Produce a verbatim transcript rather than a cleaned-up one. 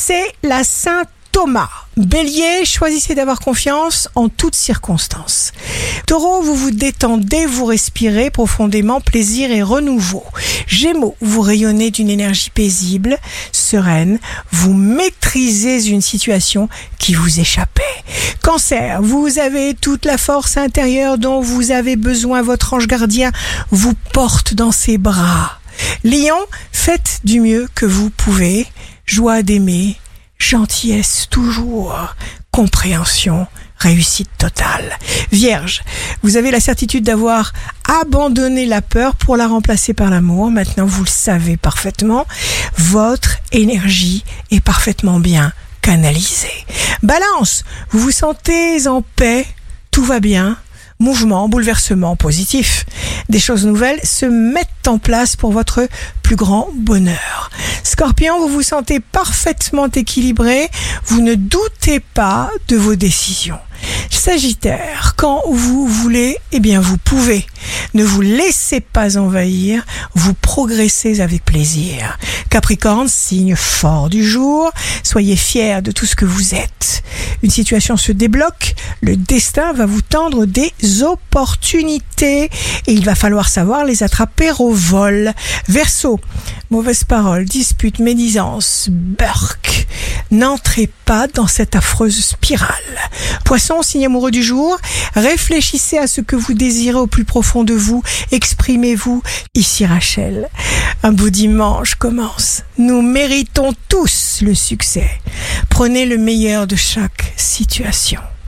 c'est la Saint Thomas. Bélier, choisissez d'avoir confiance en toutes circonstances. Taureau, vous vous détendez, vous respirez profondément plaisir et renouveau. Gémeaux, vous rayonnez d'une énergie paisible, sereine, vous maîtrisez une situation qui vous échappait. Cancer, vous avez toute la force intérieure dont vous avez besoin, votre ange gardien vous porte dans ses bras. Lion, faites du mieux que vous pouvez, joie d'aimer, gentillesse toujours, compréhension, réussite totale. Vierge, vous avez la certitude d'avoir abandonné la peur pour la remplacer par l'amour. Maintenant, vous le savez parfaitement. Votre énergie est parfaitement bien canalisée. Balance, vous vous sentez en paix, tout va bien. Mouvement, bouleversement positif. Des choses nouvelles se mettent en place pour votre plus grand bonheur. Scorpion, vous vous sentez parfaitement équilibré. Vous ne doutez pas de vos décisions. Sagittaire, quand vous voulez, eh bien vous pouvez. Ne vous laissez pas envahir, vous progressez avec plaisir. Capricorne, signe fort du jour, soyez fiers de tout ce que vous êtes. Une situation se débloque, le destin va vous tendre des opportunités et il va falloir savoir les attraper au vol. Verseau, mauvaise parole, dispute, médisance, burk. N'entrez pas dans cette affreuse spirale. Poisson, signe amoureux du jour, réfléchissez à ce que vous désirez au plus profond de vous, exprimez-vous. Ici Rachel, un beau dimanche commence. Nous méritons tous le succès. Prenez le meilleur de chaque situation.